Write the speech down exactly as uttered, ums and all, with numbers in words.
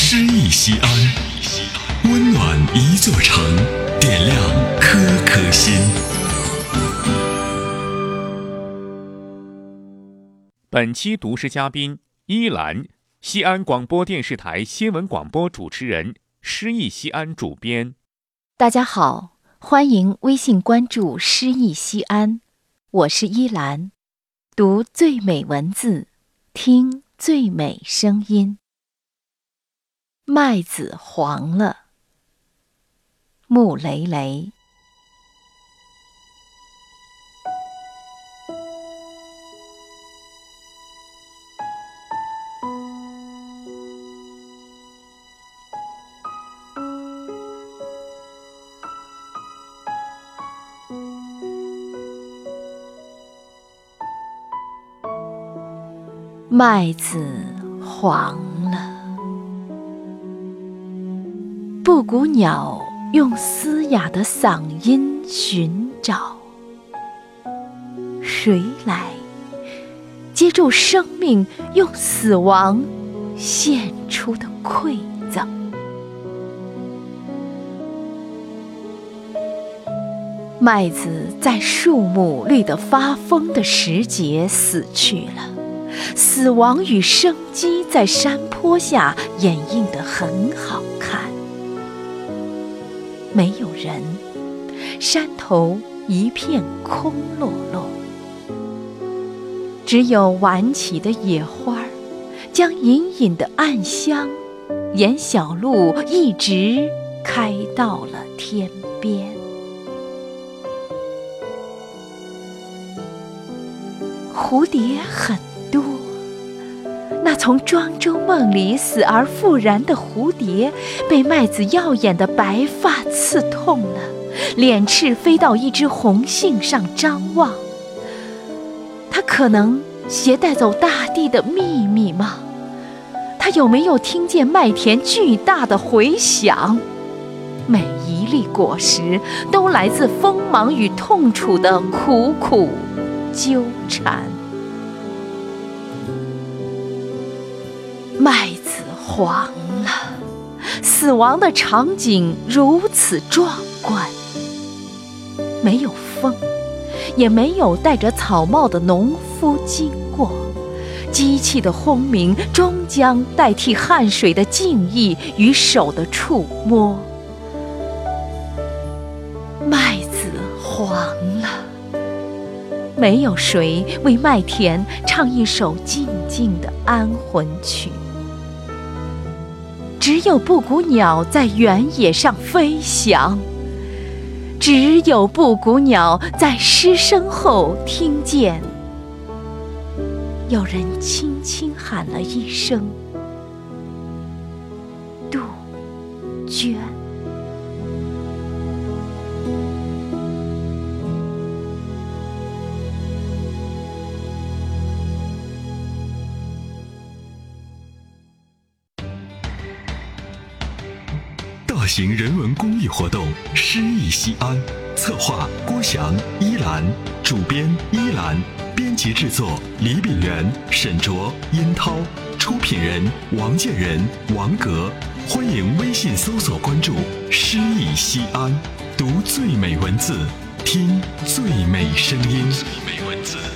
诗意西安，温暖一座城，点亮颗颗心。 本期读诗嘉宾依兰，西安广播电视台新闻广播主持人，诗意西安主编。 大家好，欢迎微信关注诗意西安，我是依兰，读最美文字，听最美声音。麦子黄了，穆雷雷。麦子黄了，布谷鸟用嘶哑的嗓音寻找，谁来接住生命用死亡献出的馈赠？麦子在树木绿得发疯的时节死去了，死亡与生机在山坡下掩映得很好看。没有人，山头一片空落落，只有晚起的野花将隐隐的暗香沿小路一直开到了天边。蝴蝶很多，那从庄周梦里死而复燃的蝴蝶，被麦子耀眼的白发刺痛了，脸翅飞到一只红杏上张望。它可能携带走大地的秘密吗？它有没有听见麦田巨大的回响？每一粒果实都来自锋芒与痛楚的苦苦纠缠。麦子黄了，死亡的场景如此壮观。没有风，也没有戴着草帽的农夫经过，机器的轰鸣终将代替汗水的静意与手的触摸。麦子黄了，没有谁为麦田唱一首静静的安魂曲，只有布谷鸟在原野上飞翔，只有布谷鸟在失声后听见有人轻轻喊了一声杜鹃。 大型人文公益活动诗意西安，策划郭翔、依兰，主编依兰，编辑制作李炳元、沈卓、殷涛，出品人王建仁、王格。欢迎微信搜索关注诗意西安，读最美文字，听最美声音。最美文字。